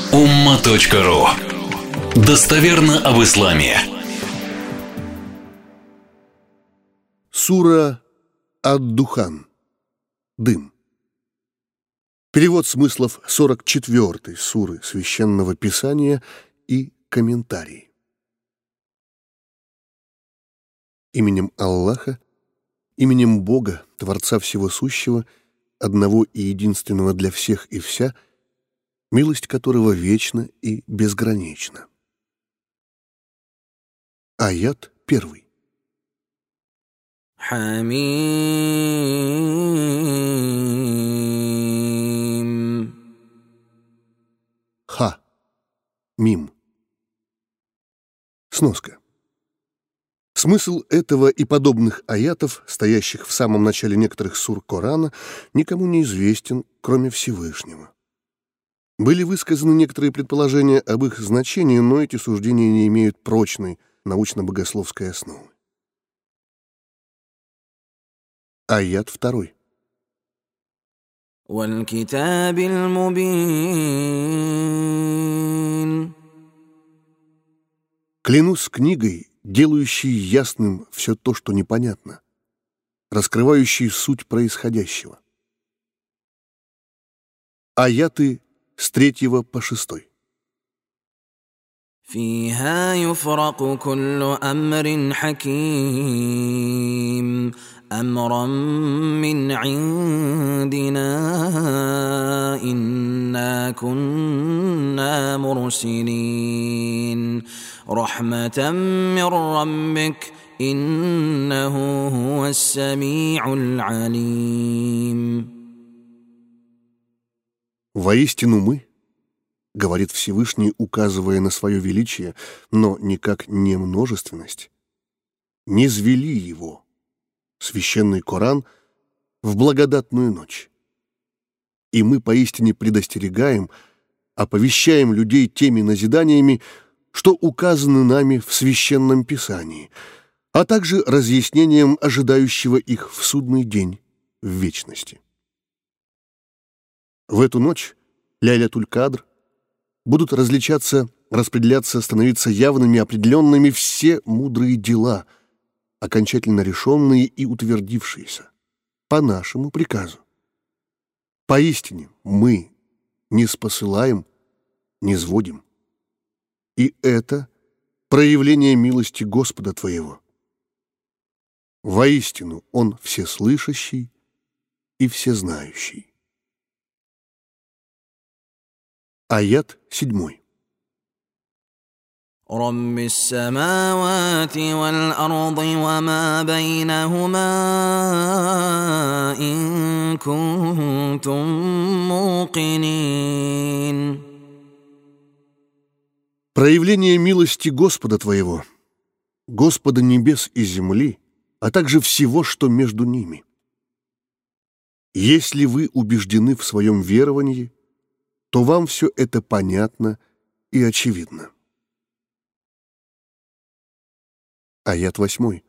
umma.ru. Достоверно об исламе. Сура ад-Духан. Дым. Перевод смыслов 44-й суры Священного Писания и комментарий. Именем Аллаха, именем Бога, Творца Всего Сущего, одного и единственного для всех и вся, милость которого вечна и безгранична. Аят 1. Хамим. Ха. Мим. Сноска. Смысл этого и подобных аятов, стоящих в самом начале некоторых сур Корана, никому не известен, кроме Всевышнего. Были высказаны некоторые предположения об их значении, но эти суждения не имеют прочной научно-богословской основы. Аят 2. Валь-китабиль мубин. Клянусь книгой, делающей ясным все то, что непонятно, раскрывающей суть происходящего. Аяты с 3 по 6. فيها يفرق كل أمر حكيم أمرا من عندنا إنا كنا مرسلين رحمة من ربك إنه هو السميع العليم. «Воистину мы, — говорит Всевышний, указывая на свое величие, но никак не множественность, — не низвели его, священный Коран, в благодатную ночь. И мы поистине предостерегаем, оповещаем людей теми назиданиями, что указаны нами в Священном Писании, а также разъяснением ожидающего их в судный день в вечности». В эту ночь, Ляйлятуль-Кадр, будут различаться, распределяться, становиться явными, определенными все мудрые дела, окончательно решенные и утвердившиеся, по нашему приказу. Поистине мы не спосылаем, не сводим. И это проявление милости Господа твоего. Воистину Он всеслышащий и всезнающий. Аят 7. رب السماوات والأرض وما بينهما إن كنتم موقنين. Проявление милости Господа твоего, Господа небес и земли, а также всего, что между ними. Если вы убеждены в своем веровании, то вам все это понятно и очевидно. Аят 8.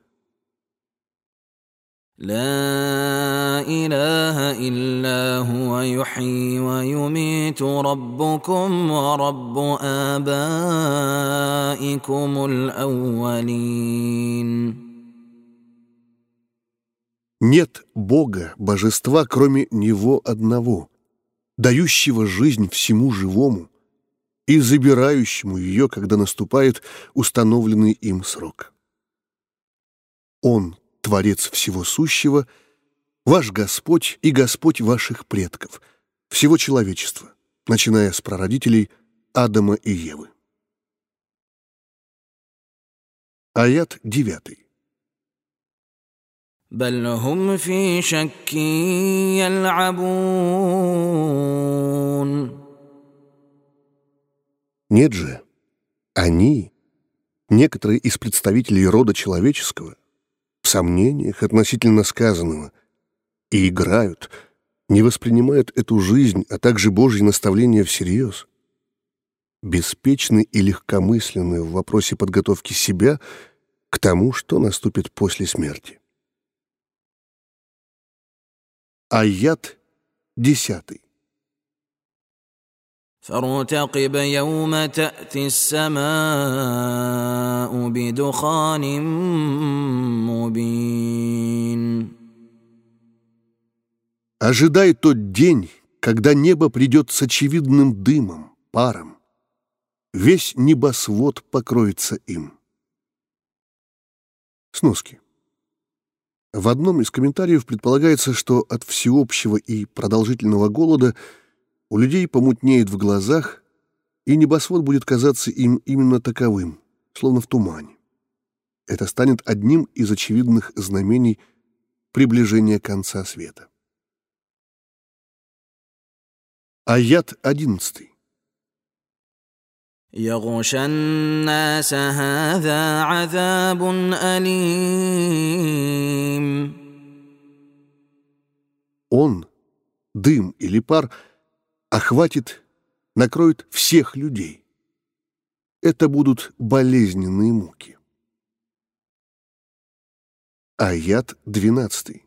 لا إله إلا هو يحيي ويميت ربكم ورب آبائكم الأولين. Нет Бога, божества, кроме Него одного, дающего жизнь всему живому и забирающему ее, когда наступает установленный им срок. Он, Творец всего сущего, ваш Господь и Господь ваших предков, всего человечества, начиная с прародителей Адама и Евы. Аят 9. بل هم في شك يلعبون. Нет же, они, некоторые из представителей рода человеческого, в сомнениях относительно сказанного, и играют, не воспринимают эту жизнь, а также Божьи наставления всерьез, беспечны и легкомысленны в вопросе подготовки себя к тому, что наступит после смерти. Аят 10. فارتقب يوم تأتي السماء بدخان مبين. Ожидай тот день, когда небо придет с очевидным дымом, паром. Весь небосвод покроется им. Сноски. В одном из комментариев предполагается, что от всеобщего и продолжительного голода у людей помутнеет в глазах, и небосвод будет казаться им именно таковым, словно в тумане. Это станет одним из очевидных знамений приближения конца света. Аят 11. يغشى الناس هذا عذاب أليم. Он, дым или пар, охватит, накроет всех людей. Это будут болезненные муки. Аят 12.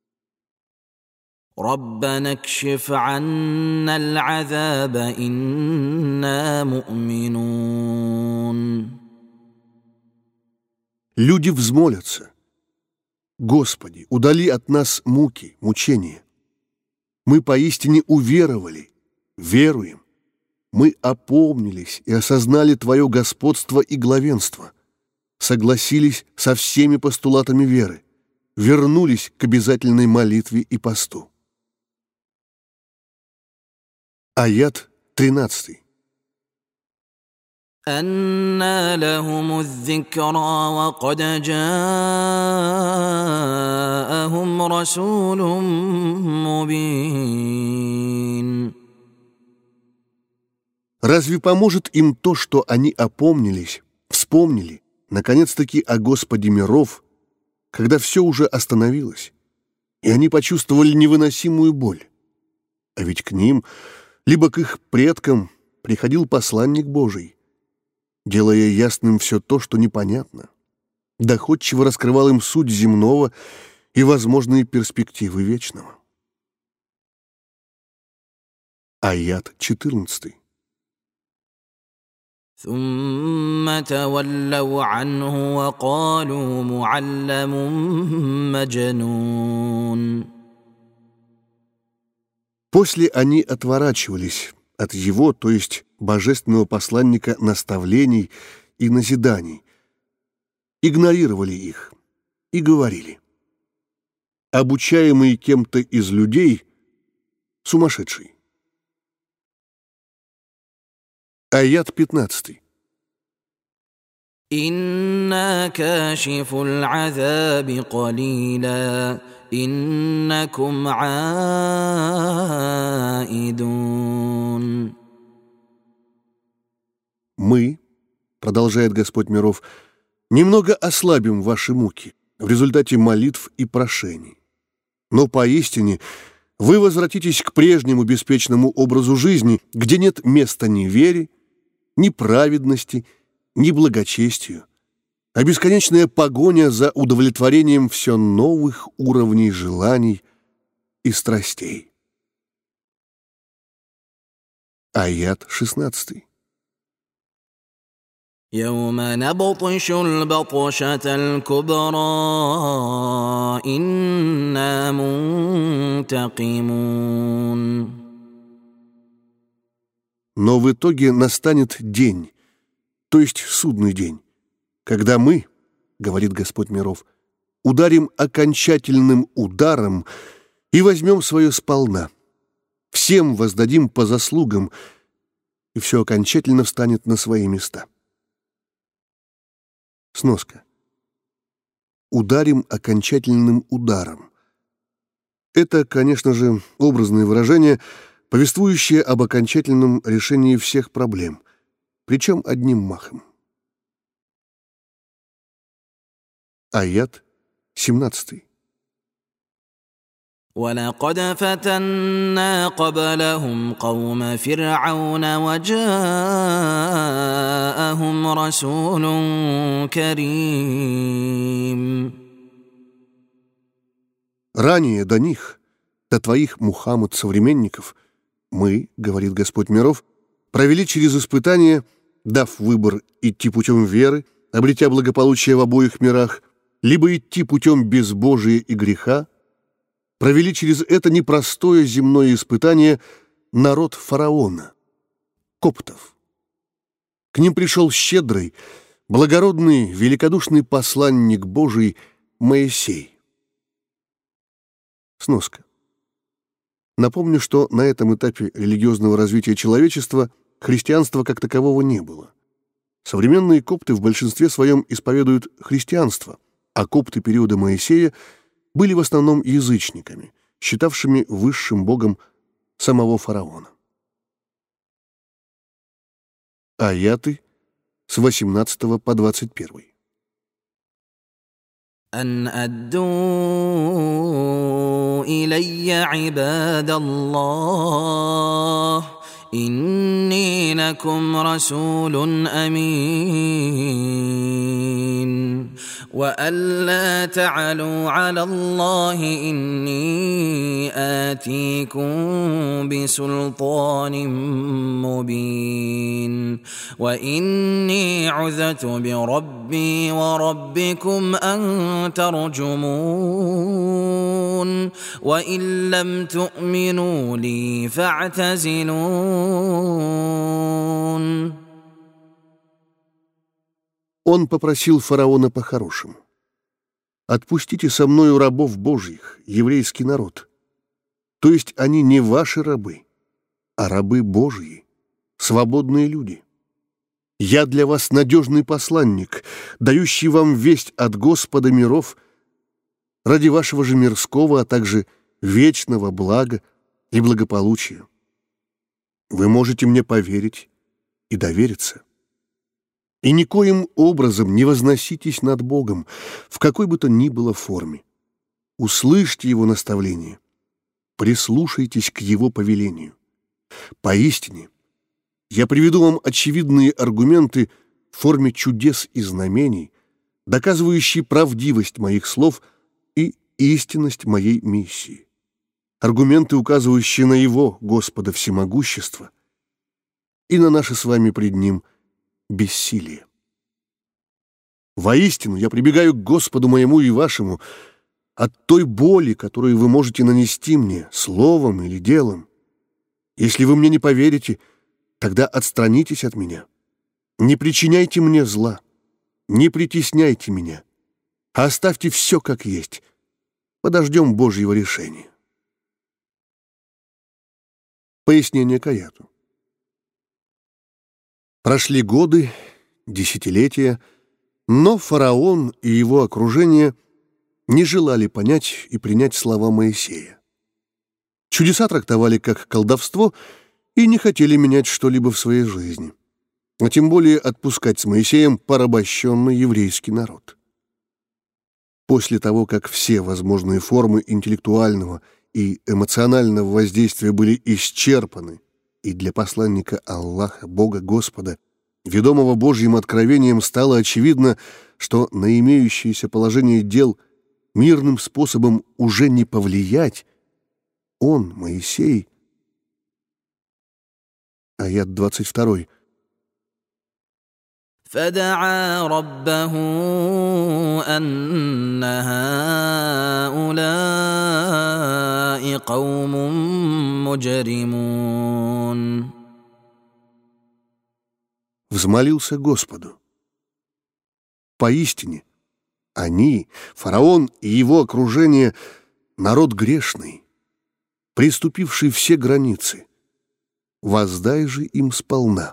ربنا اكشف عنا العذاب إنا مؤمنون. Люди взмолятся: Господи, удали от нас муки, мучения. Мы поистине уверовали, веруем. Мы опомнились и осознали Твое господство и главенство, согласились со всеми постулатами веры, вернулись к обязательной молитве и посту. Аят 13. أنى لهم الذكرى وقد جاءهم رسول مبين. Разве поможет им то, что они опомнились, вспомнили, наконец-таки, о Господе миров, когда все уже остановилось, и они почувствовали невыносимую боль? А ведь к ним, либо к их предкам, приходил посланник Божий, делая ясным все то, что непонятно, доходчиво раскрывал им суть земного и возможные перспективы вечного. Аят 14. ثم تولوا عنه وقالوا معلم مجنون. После они отворачивались от его, то есть божественного посланника, наставлений и назиданий, игнорировали их и говорили: обучаемый кем-то из людей сумасшедший. Аят 15. إنا كاشف العذاب قليلا إنكم عائدون. Мы, продолжает Господь миров, немного ослабим ваши муки в результате молитв и прошений. Но поистине вы возвратитесь к прежнему беспечному образу жизни, где нет места ни вере, ни праведности, ни благочестию, а бесконечная погоня за удовлетворением все новых уровней желаний и страстей. Аят 16. يوم نبطش البطشة الكبرى إنا منتقمون. Но в итоге настанет день, то есть судный день, когда мы, говорит Господь миров, ударим окончательным ударом и возьмем свое сполна, всем воздадим по заслугам, и все окончательно встанет на свои места. Сноска. Ударим окончательным ударом. Это, конечно же, образное выражение, повествующее об окончательном решении всех проблем, причем одним махом. Аят 17. ولقد فتنا قبلهم قوم فرعون وجاءهم رسول كريم. Ранее до них, до твоих, Мухаммад, современников, мы, говорит Господь миров, провели через испытания, дав выбор идти путем веры, обретя благополучие в обоих мирах, либо идти путем безбожия и греха, провели через это непростое земное испытание народ фараона, коптов. К ним пришел щедрый, благородный, великодушный посланник Божий Моисей. Сноска. Напомню, что на этом этапе религиозного развития человечества христианства как такового не было. Современные копты в большинстве своем исповедуют христианство, а копты периода Моисея были в основном язычниками, считавшими высшим богом самого фараона. Аяты с 18 по 21. أن أدوا إلي عباد الله إني لكم رسول أمين وألا تعلوا على الله إني آتيكم بسلطان مبين وإني عذت بربي وربكم أن ترجمون وإن لم تؤمنوا لي فاعتزلون. Он попросил фараона по-хорошему: «Отпустите со мною рабов Божьих, еврейский народ. То есть они не ваши рабы, а рабы Божьи, свободные люди. Я для вас надежный посланник, дающий вам весть от Господа миров ради вашего же мирского, а также вечного блага и благополучия. Вы можете мне поверить и довериться. И никоим образом не возноситесь над Богом, в какой бы то ни было форме. Услышьте Его наставление, прислушайтесь к Его повелению. Поистине, я приведу вам очевидные аргументы в форме чудес и знамений, доказывающие правдивость моих слов и истинность моей миссии. Аргументы, указывающие на Его, Господа Всемогущество, и на наше с вами пред Ним бессилие. Воистину, я прибегаю к Господу моему и вашему от той боли, которую вы можете нанести мне словом или делом. Если вы мне не поверите, тогда отстранитесь от меня. Не причиняйте мне зла, не притесняйте меня, а оставьте все как есть. Подождем Божьего решения». Пояснение к аяту. Прошли годы, десятилетия, но фараон и его окружение не желали понять и принять слова Моисея. Чудеса трактовали как колдовство и не хотели менять что-либо в своей жизни, а тем более отпускать с Моисеем порабощенный еврейский народ. После того, как все возможные формы интеллектуального и эмоционального воздействия были исчерпаны, и для посланника Аллаха, Бога Господа, ведомого Божьим откровением, стало очевидно, что на имеющееся положение дел мирным способом уже не повлиять, он, Моисей, аят 22, فدعا ربه أن هؤلاء قوم مجرمون. взмолился Господу: «Поистине, они, фараон и его окружение, народ грешный, приступивший все границы. Воздай же им сполна».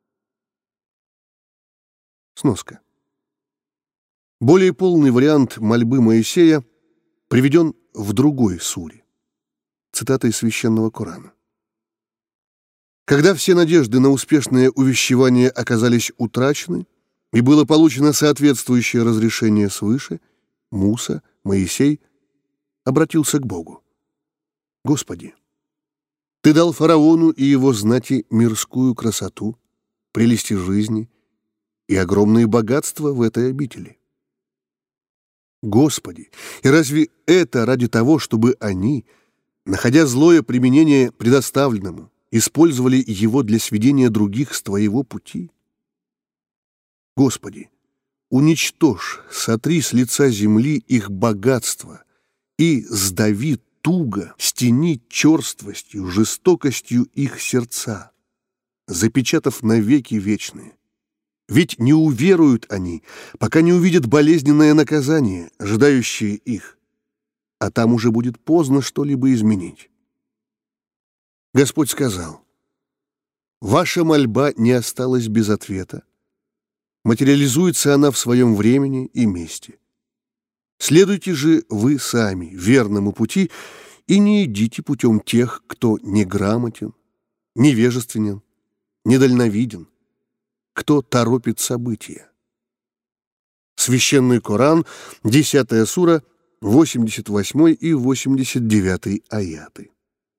Сноска. Более полный вариант мольбы Моисея приведен в другой суре. Цитата из Священного Корана. Когда все надежды на успешное увещевание оказались утрачены и было получено соответствующее разрешение свыше, Муса, Моисей, обратился к Богу: «Господи, Ты дал фараону и его знати мирскую красоту, прелести жизни и огромные богатства в этой обители. Господи, и разве это ради того, чтобы они, находя злое применение предоставленному использовали его для сведения других с Твоего пути? Господи, уничтожь, сотри с лица земли их богатство и сдави туго, стяни черствостью, жестокостью их сердца, запечатав навеки вечные. Ведь не уверуют они, пока не увидят болезненное наказание, ожидающее их, а там уже будет поздно что-либо изменить. Господь сказал: «Ваша мольба не осталась без ответа. Материализуется она в своем времени и месте. Следуйте же вы сами верному пути и не идите путем тех, кто неграмотен, невежественен, недальновиден, кто торопит события». Священный Коран, 10 сура, 88 и 89 аяты.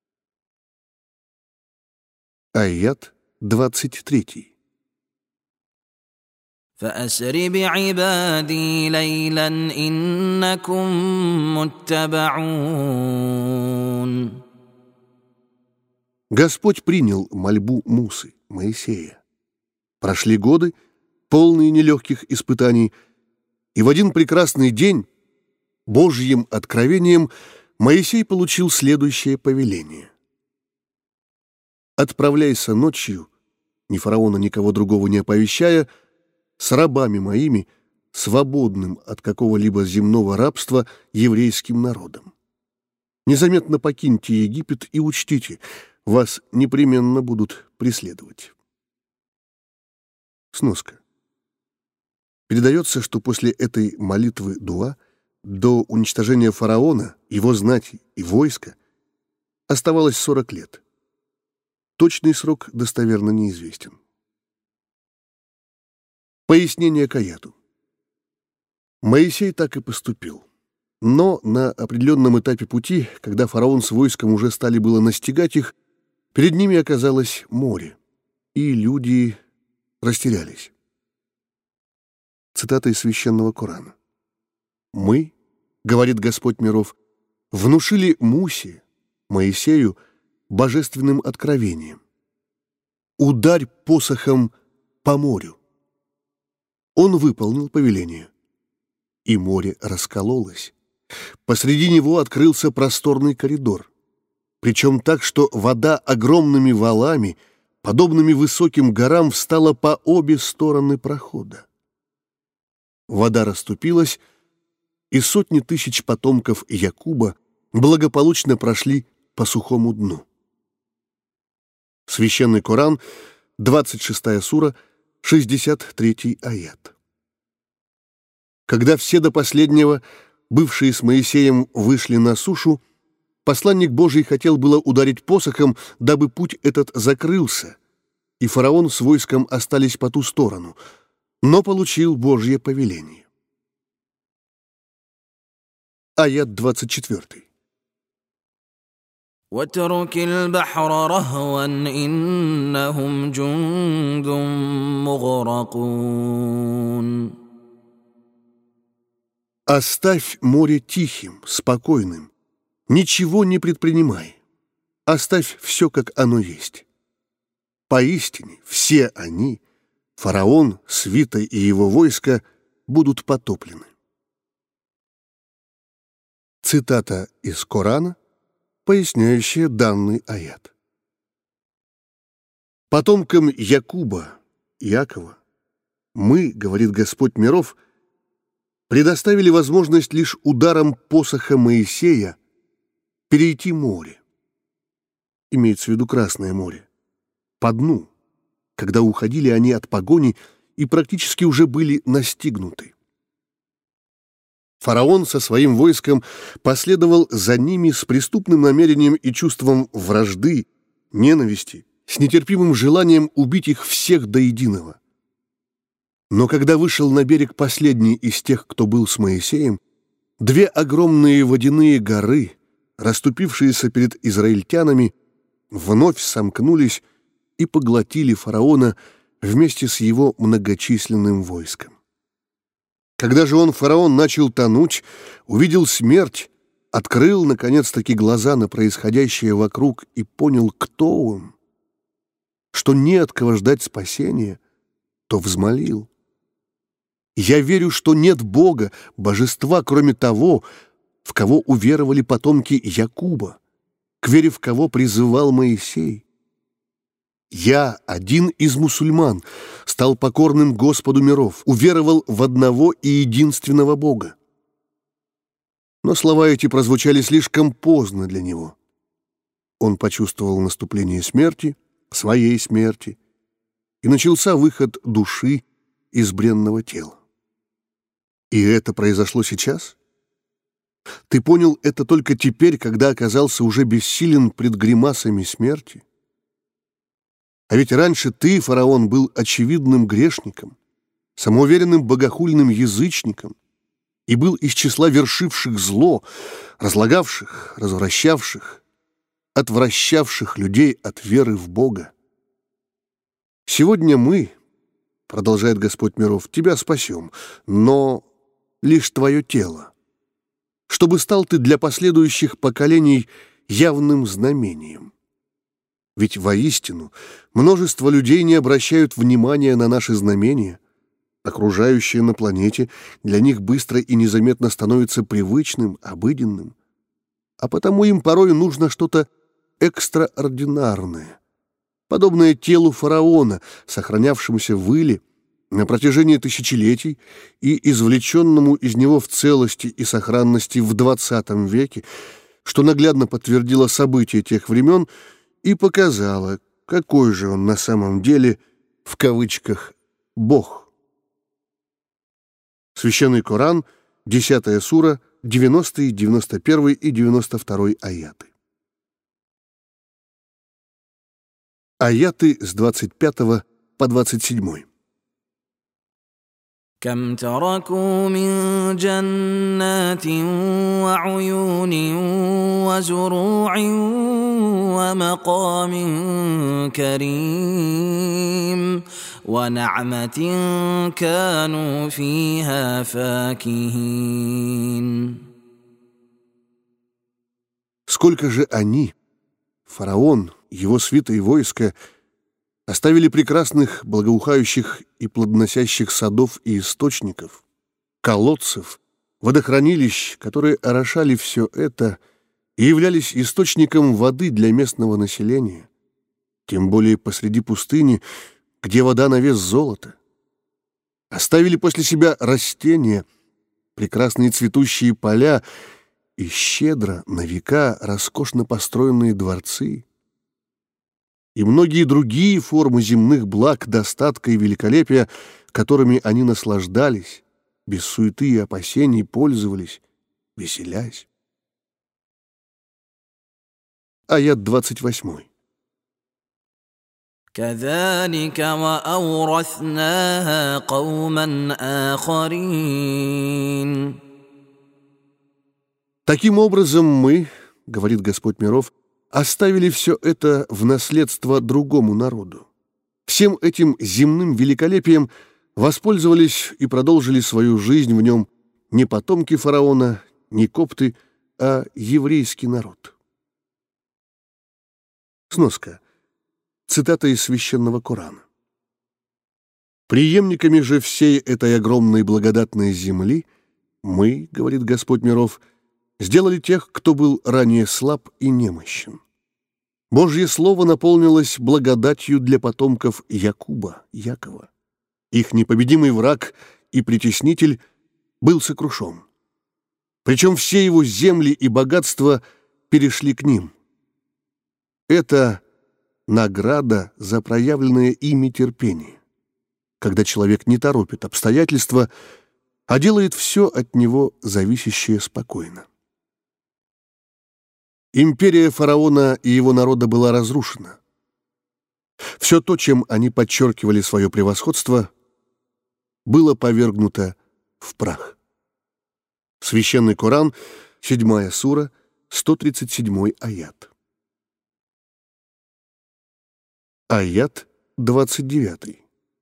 Аят 23. فأسر بعبادي ليلا إنكم متبعون. Господь принял мольбу Мусы, Моисея. Прошли годы, полные нелегких испытаний, и в один прекрасный день Божьим откровением Моисей получил следующее повеление: «Отправляйся ночью, ни фараона, никого другого не оповещая, с рабами моими, свободным от какого-либо земного рабства еврейским народом. Незаметно покиньте Египет и учтите, вас непременно будут преследовать». Сноска. Передается, что после этой молитвы дуа до уничтожения фараона, его знати и войска оставалось 40 лет. Точный срок достоверно неизвестен. Пояснение к аяту. Моисей так и поступил. Но на определенном этапе пути, когда фараон с войском уже стали было настигать их, перед ними оказалось море, и люди растерялись. Цитата из Священного Корана. «Мы, — говорит Господь миров, — внушили Мусе, Моисею, божественным откровением: ударь посохом по морю. Он выполнил повеление, и море раскололось. Посреди него открылся просторный коридор, причем так, что вода огромными валами, подобными высоким горам, встала по обе стороны прохода. Вода расступилась, и сотни тысяч потомков Якуба благополучно прошли по сухому дну». Священный Коран, 26 сура, 63 аят. Когда все до последнего, бывшие с Моисеем, вышли на сушу, посланник Божий хотел было ударить посохом, дабы путь этот закрылся, и фараон с войском остались по ту сторону, но получил Божье повеление. Аят 24. واترك البحر رهوا إنهم جند مغرقون. Оставь море тихим, спокойным, ничего не предпринимай. Оставь все, как оно есть. Поистине все они, фараон, свита и его войско, будут потоплены. Цитата из Корана, поясняющая данный аят. Потомкам Якуба, Иакова, мы, говорит Господь миров, предоставили возможность лишь ударом посоха Моисея перейти море. Имеется в виду Красное море. По дну, когда уходили они от погони и практически уже были настигнуты. Фараон со своим войском последовал за ними с преступным намерением и чувством вражды, ненависти, с нетерпимым желанием убить их всех до единого. Но когда вышел на берег последний из тех, кто был с Моисеем, две огромные водяные горы, расступившиеся перед израильтянами, вновь сомкнулись и поглотили фараона вместе с его многочисленным войском. Когда же он, фараон, начал тонуть, увидел смерть, открыл, наконец-таки, глаза на происходящее вокруг и понял, кто он, что не от кого ждать спасения, то взмолил: «Я верю, что нет Бога, божества, кроме того, в кого уверовали потомки Якуба, к вере в кого призывал Моисей. Я, один из мусульман, стал покорным Господу миров, уверовал в одного и единственного Бога». Но слова эти прозвучали слишком поздно для него. Он почувствовал наступление смерти, своей смерти, и начался выход души из бренного тела. И это произошло сейчас? Ты понял это только теперь, когда оказался уже бессилен пред гримасами смерти? А ведь раньше ты, фараон, был очевидным грешником, самоуверенным богохульным язычником и был из числа вершивших зло, разлагавших, развращавших, отвращавших людей от веры в Бога. Сегодня мы, продолжает Господь миров, тебя спасем, но лишь твое тело, чтобы стал ты для последующих поколений явным знамением. Ведь воистину множество людей не обращают внимания на наши знамения. Окружающее на планете для них быстро и незаметно становится привычным, обыденным, а потому им порой нужно что-то экстраординарное, подобное телу фараона, сохранявшемуся в Иле на протяжении тысячелетий и извлеченному из него в целости и сохранности в XX веке, что наглядно подтвердило события тех времен и показало, какой же он на самом деле, в кавычках, Бог. Священный Коран, 10 сура, 90, 91 и 92 аяты. Аяты с 25 по 27. كم تركوا من جنات وعيون وزروع ومقام كريم ونعمة كانوا فيها فاكهين. Сколько же они, фараон, его свита и войско, оставили прекрасных, благоухающих и плодоносящих садов и источников, колодцев, водохранилищ, которые орошали все это и являлись источником воды для местного населения, тем более посреди пустыни, где вода на вес золота. Оставили после себя растения, прекрасные цветущие поля и щедро на века роскошно построенные дворцы, и многие другие формы земных благ, достатка и великолепия, которыми они наслаждались, без суеты и опасений пользовались, веселясь. Аят 28. كذلك وأورثناها قوما آخرين. Таким образом мы, говорит Господь миров, оставили все это в наследство другому народу. Всем этим земным великолепием воспользовались и продолжили свою жизнь в нем не потомки фараона, не копты, а еврейский народ. Сноска. Цитата из Священного Корана. «Преемниками же всей этой огромной благодатной земли мы, — говорит Господь миров, — сделали тех, кто был ранее слаб и немощен. Божье Слово наполнилось благодатью для потомков Якуба, Якова. Их непобедимый враг и притеснитель был сокрушен. Причем все его земли и богатства перешли к ним. Это награда за проявленное ими терпение, когда человек не торопит обстоятельства, а делает все от него зависящее спокойно. Империя фараона и его народа была разрушена. Все то, чем они подчеркивали свое превосходство, было повергнуто в прах. Священный Коран, 7 сура, 137 аят. Аят 29.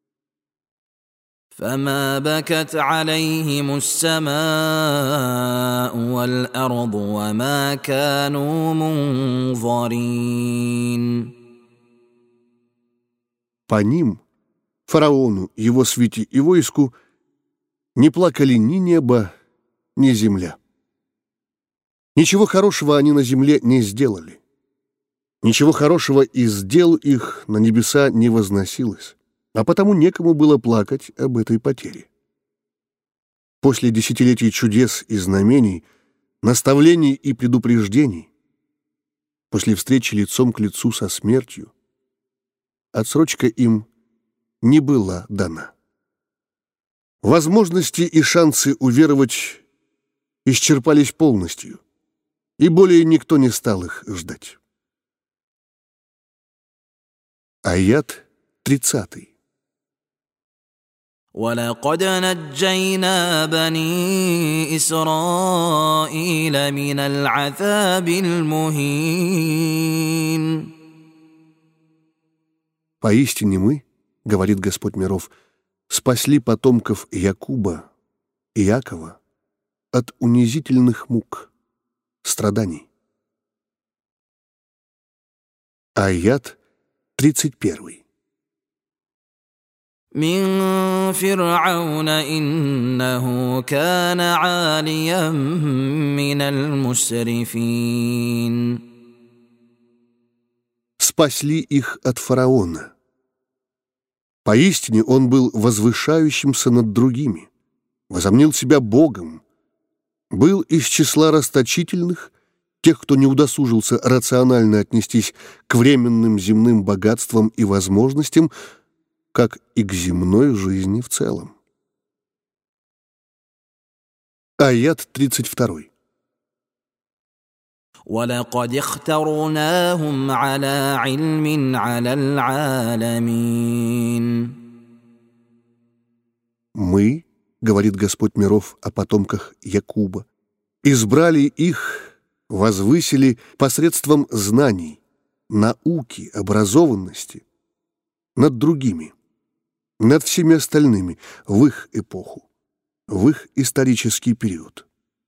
فما بكت عليهم السماء والأرض وما كانوا منظرين. по ним, фараону, его свите и войску, не плакали ни небо, ни земля. Ничего хорошего они на земле не сделали. Ничего хорошего из дел их на небеса не возносилось, а потому некому было плакать об этой потере. После десятилетий чудес и знамений, наставлений и предупреждений, после встречи лицом к лицу со смертью, отсрочка им не была дана. Возможности и шансы уверовать исчерпались полностью, и более никто не стал их ждать. Аят 30. ولقد نجينا بني إسرائيل من العذاب المهين. Поистине мы, говорит Господь миров, спасли потомков Якуба, Иакова, от унизительных мук, страданий. Аят 31. من فرعون إنه كان عاليا من المسرفين. Спасли их от фараона. Поистине он был возвышающимся над другими, возомнил себя Богом, был из числа расточительных, тех, кто не удосужился рационально отнестись к временным земным богатствам и возможностям, как и к земной жизни в целом. Аят 32. ولقد اخترناهم على علم على العالمين. Мы, говорит Господь миров о потомках Якуба, избрали их, возвысили посредством знаний, науки, образованности над другими, над всеми остальными в их эпоху, в их исторический период.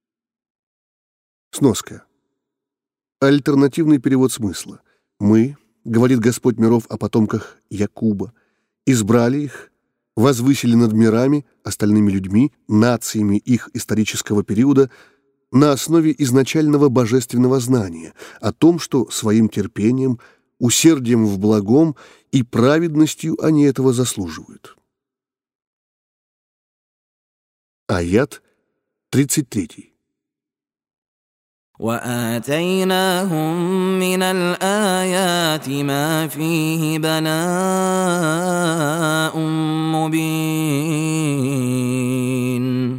Сноска. Альтернативный перевод смысла. Мы, говорит Господь миров о потомках Якуба, избрали их, возвысили над мирами, остальными людьми, нациями их исторического периода на основе изначального божественного знания о том, что своим терпением, усердием в благом и праведностью они этого заслуживают. Аят 33. وآتيناهم من الآيات ما فيه بلاء مبين.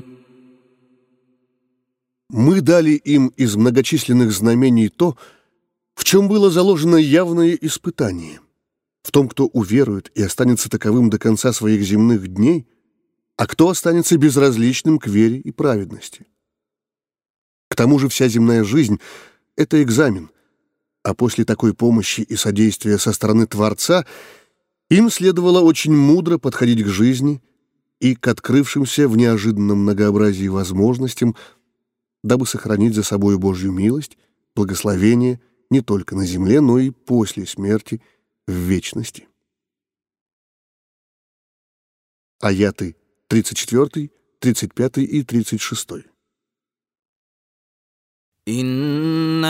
Мы дали им из многочисленных знамений то, в чем было заложено явное испытание, в том, кто уверует и останется таковым до конца своих земных дней, а кто останется безразличным к вере и праведности. К тому же вся земная жизнь — это экзамен, а после такой помощи и содействия со стороны Творца им следовало очень мудро подходить к жизни и к открывшимся в неожиданном многообразии возможностям, дабы сохранить за собой Божью милость, благословение не только на земле, но и после смерти в вечности. Аяты 34, 35 и 36. إن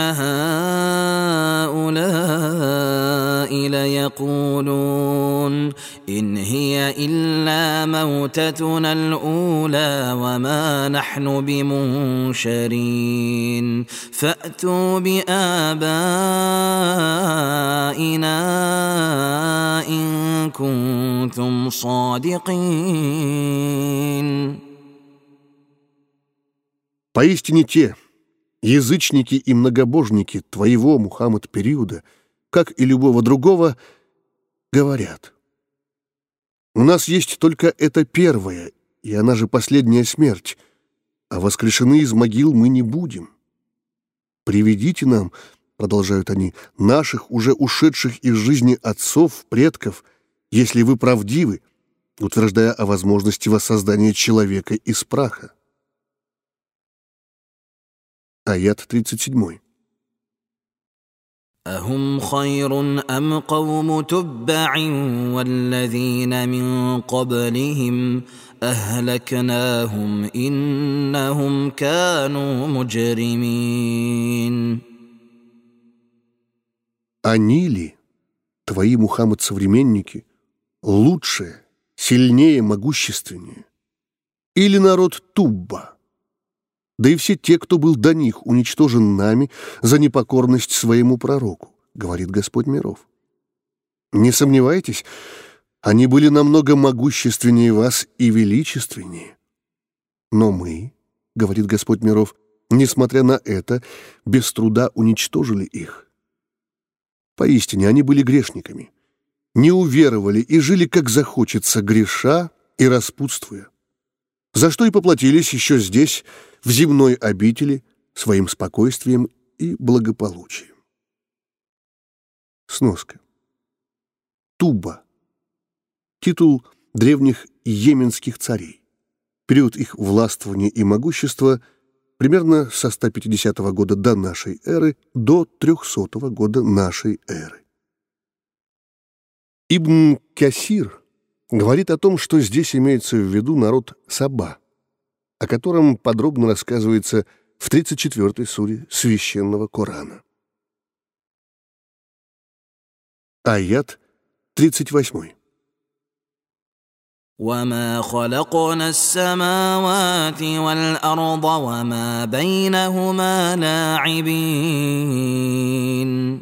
هؤلاء ليقولون إن هي إلا موتتنا الأولى وما نحن بمنشرين فأتوا بآبائنا إن كنتم صادقين. Поистине те, язычники и многобожники твоего, Мухаммад, периода, как и любого другого, говорят: у нас есть только эта первая, и она же последняя смерть, а воскрешены из могил мы не будем. Приведите нам, продолжают они, наших уже ушедших из жизни отцов, предков, если вы правдивы, утверждая о возможности воссоздания человека из праха. Аят 37. أهم خير أم قوم تبع والذين من قبلهم أهلكناهم إنهم كانوا مجرمين. Они ли, твои, Мухаммад, современники, лучше, сильнее, могущественнее? Или народ Тубба? Да и все те, кто был до них, уничтожен нами за непокорность своему пророку, говорит Господь миров. Не сомневайтесь, они были намного могущественнее вас и величественнее. Но мы, говорит Господь миров, несмотря на это, без труда уничтожили их. Поистине, они были грешниками, не уверовали и жили, как захочется, греша и распутствуя, за что и поплатились еще здесь, в земной обители, своим спокойствием и благополучием. Сноска. Туба. Титул древних йеменских царей. Период их властвования и могущества примерно со 150 года до нашей эры до 300 года нашей эры. Ибн Касир говорит о том, что здесь имеется в виду народ Саба, о котором подробно рассказывается в 34-й суре Священного Корана. Аят 38. وما خلقنا السماوات والأرض وما بينهما لاعبين.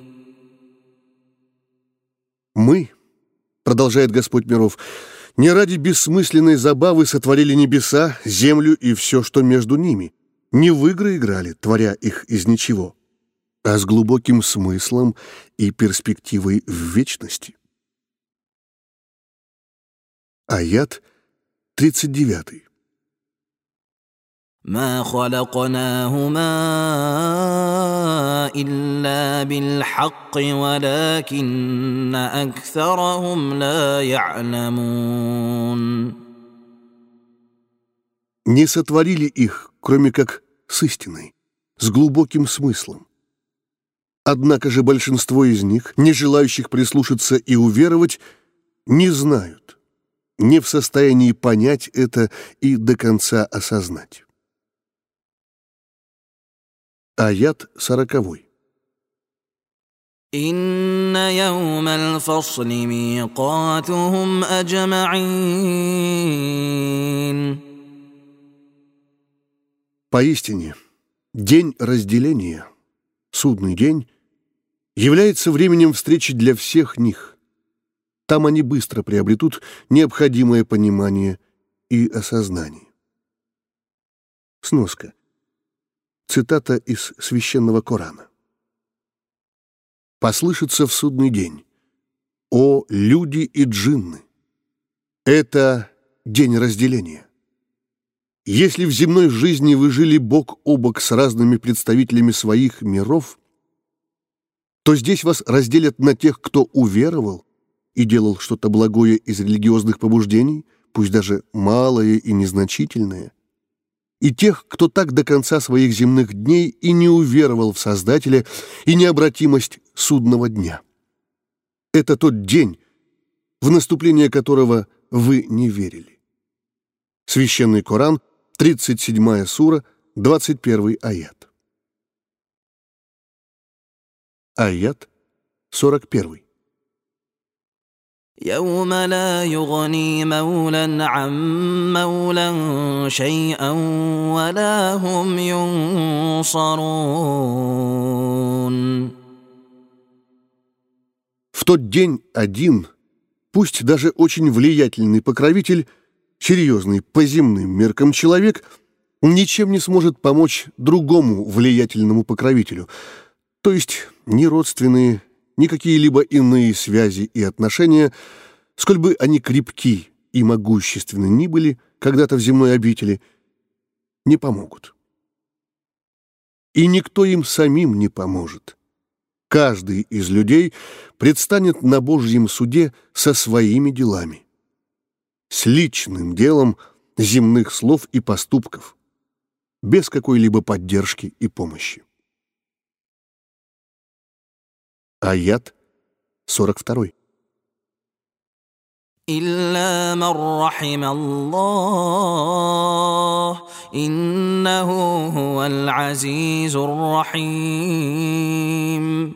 Мы, продолжает Господь миров, не ради бессмысленной забавы сотворили небеса, землю и все, что между ними, не в игры играли, творя их из ничего, а с глубоким смыслом и перспективой в вечности. Аят 39. ما خلقناهما إلا بالحق ولكن أكثرهم لا يعلمون. Не сотворили их, кроме как с истиной, с глубоким смыслом. Однако же большинство из них, не желающих прислушаться и уверовать, не знают, не в состоянии понять это и до конца осознать. Аят 40. إن يوم الفصل ميقاتهم أجمعين. Поистине, день разделения, судный день, является временем встречи для всех них. Там они быстро приобретут необходимое понимание и осознание. Сноска. Цитата из Священного Корана. «Послышится в судный день: о люди и джинны! Это день разделения. Если в земной жизни вы жили бок о бок с разными представителями своих миров, то здесь вас разделят на тех, кто уверовал и делал что-то благое из религиозных побуждений, пусть даже малое и незначительное, и тех, кто так до конца своих земных дней и не уверовал в Создателя и необратимость судного дня. Это тот день, в наступление которого вы не верили». Священный Коран, 37 сура, 21 аят. Аят 41. يوم لا يغني مولى عن مولى شيئا ولا هم ينصرون. В тот день один, пусть даже очень влиятельный покровитель, серьезный по земным меркам человек, ничем не сможет помочь другому влиятельному покровителю, то есть ни родственные, ни какие-либо иные связи и отношения, сколь бы они крепки и могущественны ни были когда-то в земной обители, не помогут. И никто им самим не поможет. Каждый из людей предстанет на Божьем суде со своими делами, с личным делом земных слов и поступков, без какой-либо поддержки и помощи. Аят 42. إلا من رحم الله إنه هو العزيز الرحيم.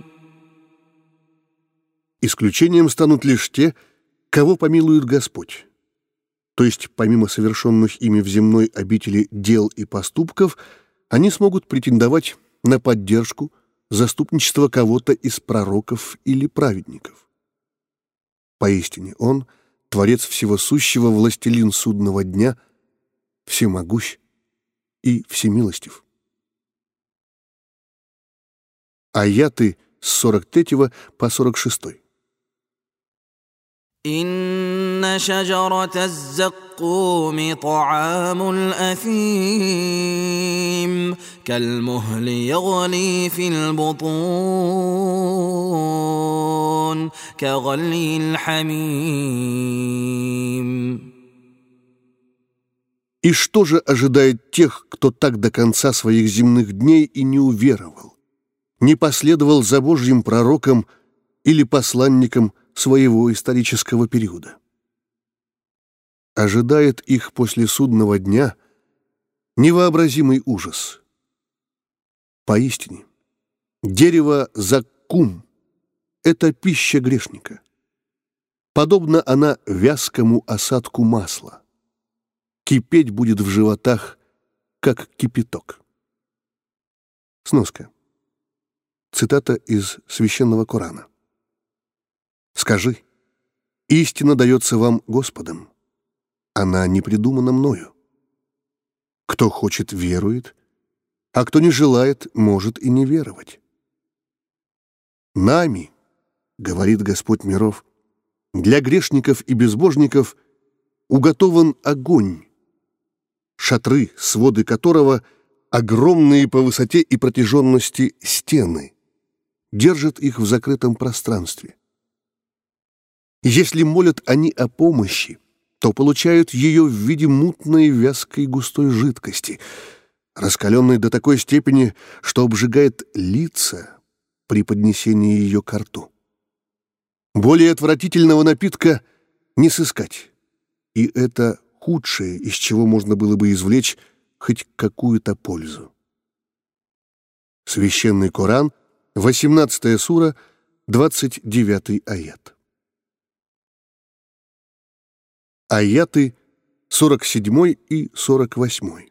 Исключением станут лишь те, кого помилует Господь. То есть, помимо совершенных ими в земной обители дел и поступков, они смогут претендовать на поддержку, заступничество кого-то из пророков или праведников. Поистине Он — Творец всего сущего, властелин судного дня, всемогущ и всемилостив. Аяты с 43 по 46. إن شجرة الزقوم طعام الأثيم كالمهل يغلي في البطون كغلي الحميم. И что же ожидает тех, кто так до конца своих земных дней и не уверовал, не последовал за Божьим пророком или посланником своего исторического периода? Ожидает их после судного дня невообразимый ужас. Поистине, дерево заккум — это пища грешника. Подобно она вязкому осадку масла. Кипеть будет в животах, как кипяток. Сноска. Цитата из Священного Корана. «Скажи, истина дается вам Господом, она не придумана мною. Кто хочет, верует, а кто не желает, может и не веровать. Нами, говорит Господь миров, для грешников и безбожников уготован огонь, шатры, своды которого огромные по высоте и протяженности стены, держат их в закрытом пространстве. Если молят они о помощи, то получают ее в виде мутной, вязкой, густой жидкости, раскаленной до такой степени, что обжигает лица при поднесении ее ко рту. Более отвратительного напитка не сыскать, и это худшее, из чего можно было бы извлечь хоть какую-то пользу. Священный Коран, 18 сура, 29 аят. Аяты 47 и 48.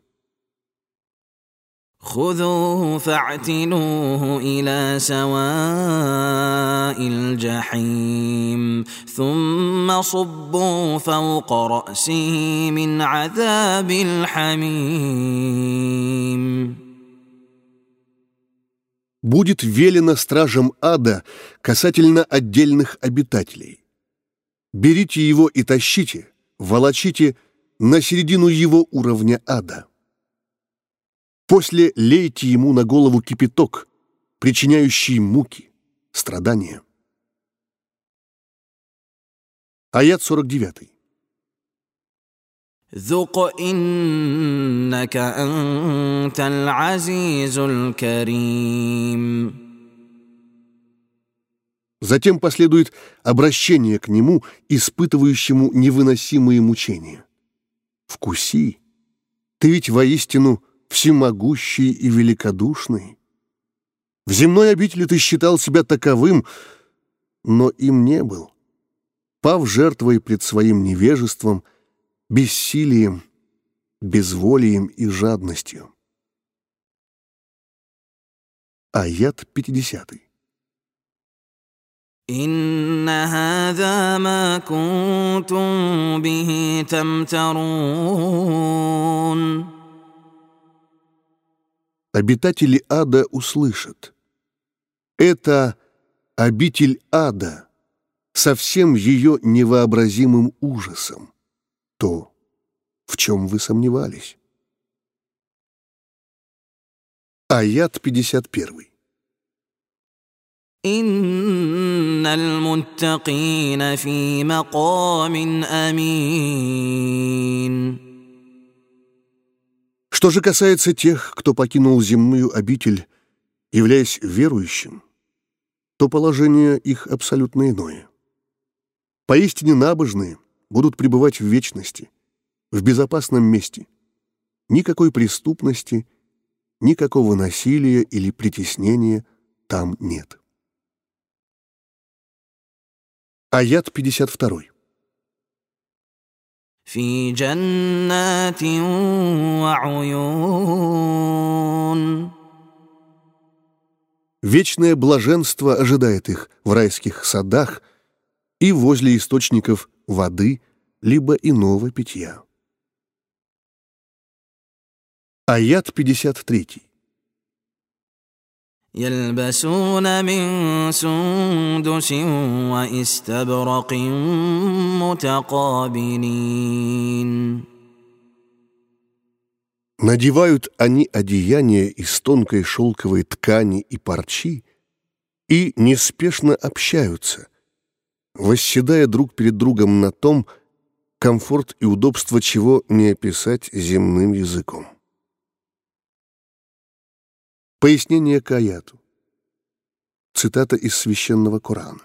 خذوه فاعتلوه إلى سواء الجحيم ثم صبوا فوق رأسه من عذاب الحميم. Будет велено стражам ада касательно отдельных обитателей. Берите его и тащите, волочите на середину его уровня ада. После лейте ему на голову кипяток, причиняющий муки, страдания. Аят 49. ذُقْ إِنَّكَ أَنْتَ الْعَزِيزُ الْكَرِيمُ. Затем последует обращение к нему, испытывающему невыносимые мучения. «Вкуси, ты ведь воистину всемогущий и великодушный. В земной обители ты считал себя таковым, но им не был, пав жертвой пред своим невежеством, бессилием, безволием и жадностью». Аят 50. إِنَّ هَذَا مَا كُنْتُمْ بِهِ تَمْتَرُونَ. Обитатели ада услышат. Это обитель ада со всем ее невообразимым ужасом, то, в чем вы сомневались. Аят 51. إِنَّ الْمُتَّقِينَ فِي مَقَامٍ أَمِينٍ. Что же касается тех, кто покинул земную обитель, являясь верующим, то положение их абсолютно иное. Поистине набожные будут пребывать в вечности, в безопасном месте. Никакой преступности, никакого насилия или притеснения там нет. Аят 52. في جنات وعيون. Вечное блаженство ожидает их в райских садах и возле источников воды, либо иного питья. Аят 53. يلبسون من سندس واستبرق متقابلين. Надевают они одеяния из тонкой шелковой ткани и парчи и неспешно общаются, восседая друг перед другом на том, комфорт и удобство чего не описать земным языком. Пояснение к аяту. Цитата из Священного Корана.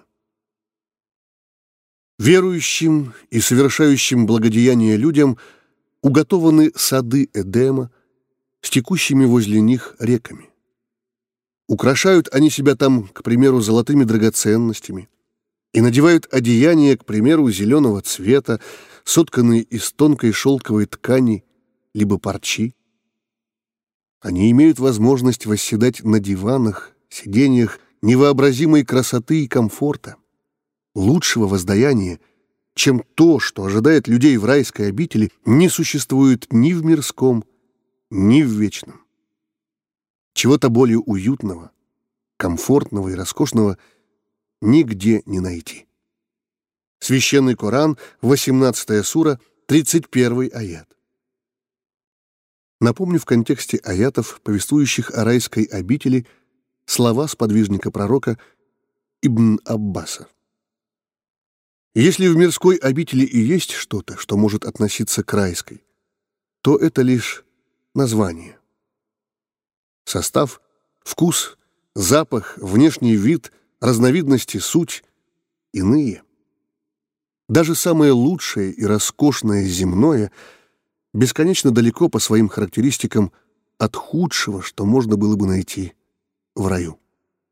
Верующим и совершающим благодеяния людям уготованы сады Эдема с текущими возле них реками. Украшают они себя там, к примеру, золотыми драгоценностями и надевают одеяния, к примеру, зеленого цвета, сотканные из тонкой шелковой ткани либо парчи. Они имеют возможность восседать на диванах, сиденьях невообразимой красоты и комфорта, лучшего воздаяния, чем то, что ожидает людей в райской обители, не существует ни в мирском, ни в вечном. Чего-то более уютного, комфортного и роскошного нигде не найти. Священный Коран, 18 сура, 31 аят. Напомню в контексте аятов, повествующих о райской обители, слова сподвижника-пророка Ибн Аббаса. Если в мирской обители и есть что-то, что может относиться к райской, то это лишь название. Состав, вкус, запах, внешний вид, разновидности, суть — иные. Даже самое лучшее и роскошное земное бесконечно далеко по своим характеристикам от худшего, что можно было бы найти в раю.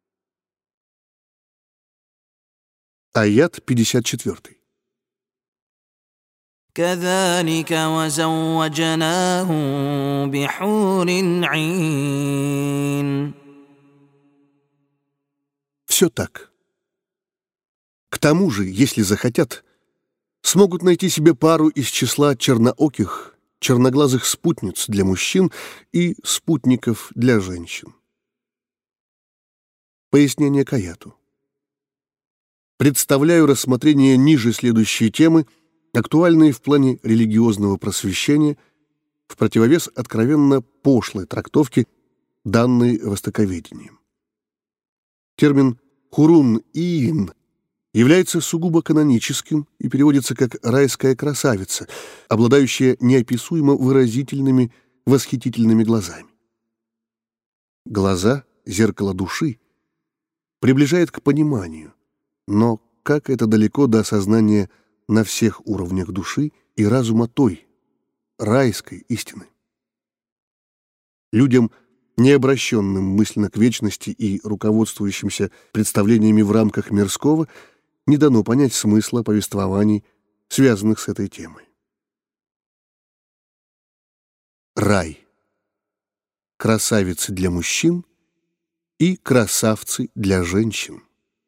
Аят 54. كذلك وزوجناهم بحور عين. Все так. К тому же, если захотят, смогут найти себе пару из числа чернооких, черноглазых спутниц для мужчин и спутников для женщин. Пояснение к аяту. Представляю рассмотрение ниже следующей темы, актуальные в плане религиозного просвещения, в противовес откровенно пошлой трактовке, данной востоковедением. Термин «хурун-иин» является сугубо каноническим и переводится как «райская красавица», обладающая неописуемо выразительными, восхитительными глазами. Глаза — зеркало души, приближает к пониманию, но как это далеко до осознания на всех уровнях души и разума той, райской истины. Людям, не обращенным мысленно к вечности и руководствующимся представлениями в рамках мирского, не дано понять смысла повествований, связанных с этой темой. Рай. Красавицы для мужчин и красавцы для женщин.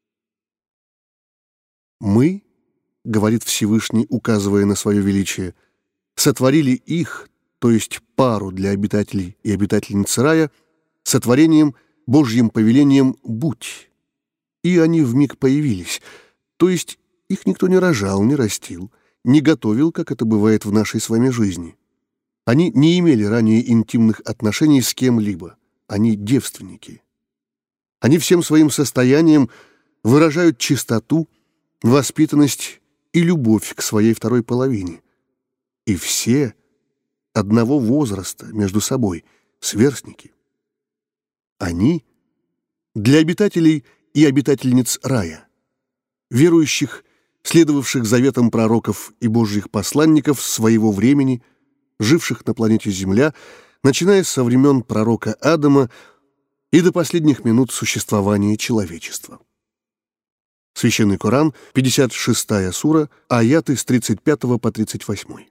«Мы, — говорит Всевышний, указывая на свое величие, — сотворили их, то есть пару для обитателей и обитательниц рая, сотворением, Божьим повелением «будь». И они вмиг появились, то есть их никто не рожал, не растил, не готовил, как это бывает в нашей с вами жизни. Они не имели ранее интимных отношений с кем-либо, они девственники. Они всем своим состоянием выражают чистоту, воспитанность и любовь к своей второй половине. И все одного возраста между собой, сверстники. Они для обитателей и обитательниц рая, верующих, следовавших заветам пророков и божьих посланников своего времени, живших на планете Земля, начиная со времен пророка Адама и до последних минут существования человечества. Священный Коран, 56-я сура, аяты с 35 по 38.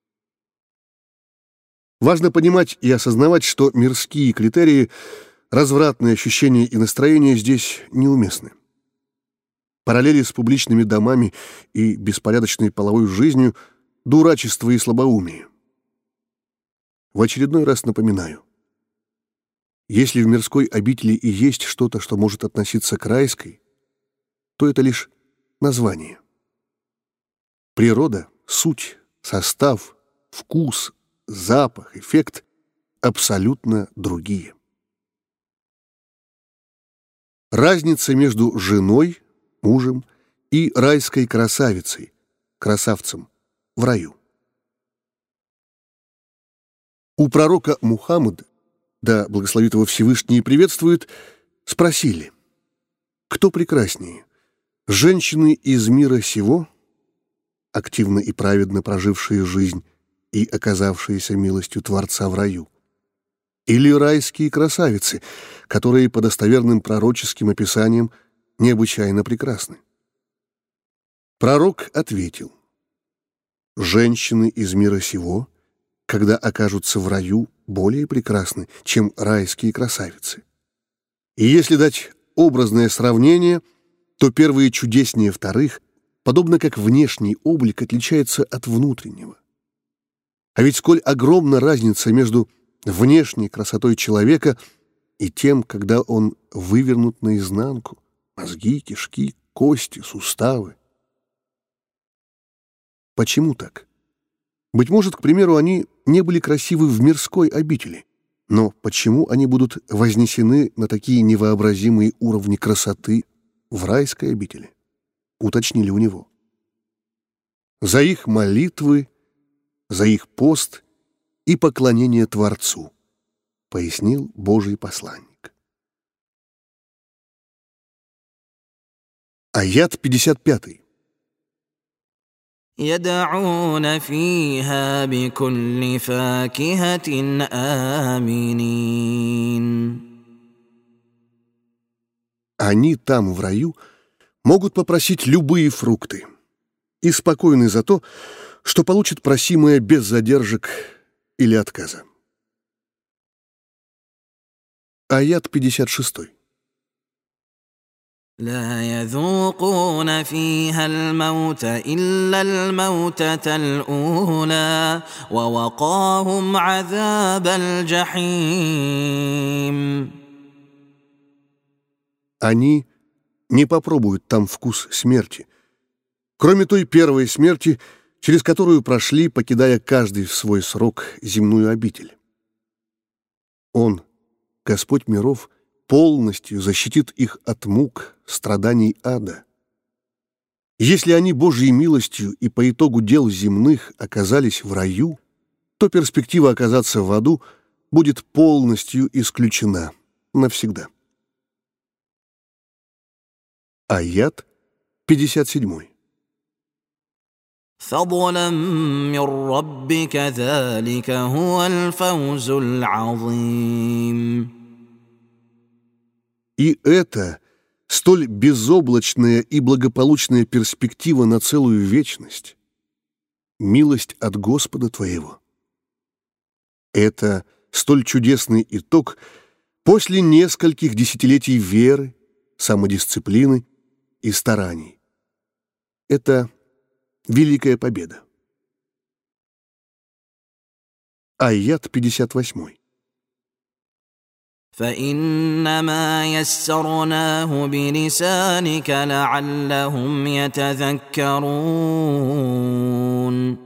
Важно понимать и осознавать, что мирские критерии, развратные ощущения и настроения здесь неуместны. Параллели с публичными домами и беспорядочной половой жизнью – дурачество и слабоумие. В очередной раз напоминаю, если в мирской обители и есть что-то, что может относиться к райской, то это лишь название. Природа, суть, состав, вкус, запах, эффект абсолютно другие. Разница между женой, мужем и райской красавицей, красавцем в раю. У пророка Мухаммада, да благословит его Всевышний и приветствует, спросили: кто прекраснее, женщины из мира сего, активно и праведно прожившие жизнь и оказавшиеся милостью Творца в раю, или райские красавицы, которые по достоверным пророческим описаниям необычайно прекрасны? Пророк ответил: женщины из мира сего, когда окажутся в раю, более прекрасны, чем райские красавицы. И если дать образное сравнение, то первые чудеснее вторых, подобно как внешний облик отличается от внутреннего. А ведь сколь огромна разница между внешней красотой человека и тем, когда он вывернут наизнанку: мозги, кишки, кости, суставы. Почему так? Быть может, к примеру, они не были красивы в мирской обители, но почему они будут вознесены на такие невообразимые уровни красоты в райской обители? Уточнили у него. За их молитвы, за их пост и поклонение Творцу, пояснил Божий посланник. Аят 55. يدعون فيها بكل فاكهة آمنين. Они там, в раю, могут попросить любые фрукты и спокойны за то, что получат просимое без задержек или отказа. Аят 56. لا يذوقون فيها الموت إلا الموتة الأولى ووقاهم عذاب الجحيم. Они не попробуют там вкус смерти, кроме той первой смерти, через которую прошли, покидая каждый в свой срок земную обитель. Он, Господь миров, полностью защитит их от мук, страданий ада. Если они Божьей милостью и по итогу дел земных оказались в раю, то перспектива оказаться в аду будет полностью исключена навсегда. Аят 57. فضلا من ربك ذلك هو الفوز العظيم. И это столь безоблачная и благополучная перспектива на целую вечность, милость от Господа твоего. Это столь чудесный итог после нескольких десятилетий веры, самодисциплины и стараний. Это великая победа. Аят 58. فإنما يسرناه بلسانك لعلهم يتذكرون.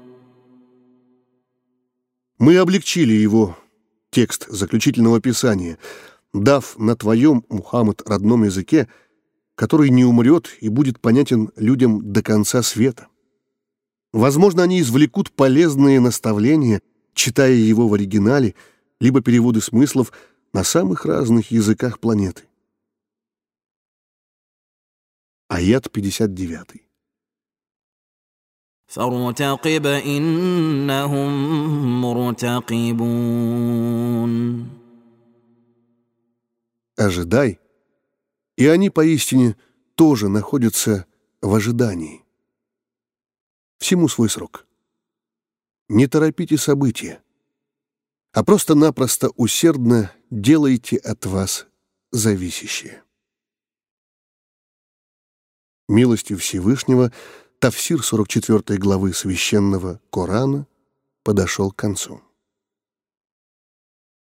Мы облегчили его, текст заключительного писания, дав на твоем, Мухаммад, родном языке, который не умрет и будет понятен людям до конца света. Возможно, они извлекут полезные наставления, читая его в оригинале, либо переводы смыслов на самых разных языках планеты. Аят 59. فارتقب إنهم مرتقبون. Ожидай, и они поистине тоже находятся в ожидании. Всему свой срок. Не торопите события, а просто-напросто усердно делайте от вас зависящее. Милостью Всевышнего Тафсир 44 главы Священного Корана подошел к концу.